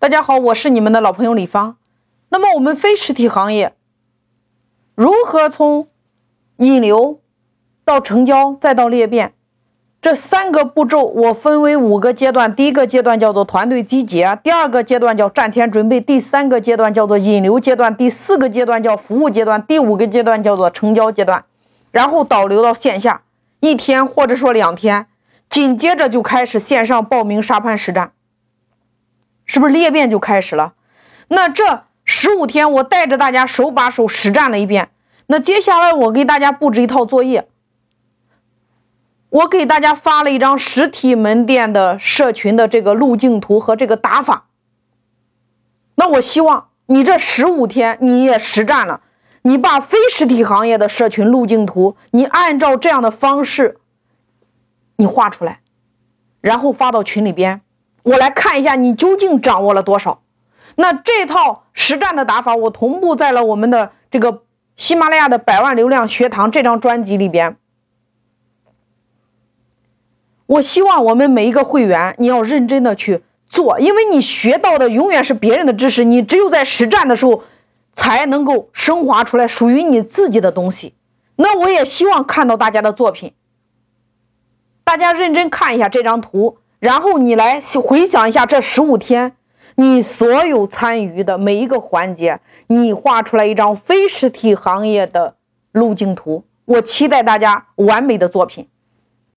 大家好，我是你们的老朋友李芳。那么我们非实体行业如何从引流到成交再到裂变，这3个步骤我分为5个阶段。第一个阶段叫做团队集结，第2个阶段叫战前准备，第3个阶段叫做引流阶段，第4个阶段叫服务阶段，第5个阶段叫做成交阶段，然后导流到线下1天或者说2天，紧接着就开始线上报名沙盘实战，是不是裂变就开始了？那这15天我带着大家手把手实战了一遍，那接下来我给大家布置一套作业，我给大家发了一张实体门店的社群的这个路径图和这个打法。那我希望你这15天你也实战了，你把非实体行业的社群路径图，你按照这样的方式你画出来，然后发到群里边，我来看一下你究竟掌握了多少。那这套实战的打法我同步在了我们的这个喜马拉雅的100万流量学堂这张专辑里边。我希望我们每一个会员你要认真的去做，因为你学到的永远是别人的知识，你只有在实战的时候才能够升华出来属于你自己的东西。那我也希望看到大家的作品，大家认真看一下这张图，然后你来回想一下这15天你所有参与的每一个环节，你画出来一张非实体行业的路径图。我期待大家完美的作品。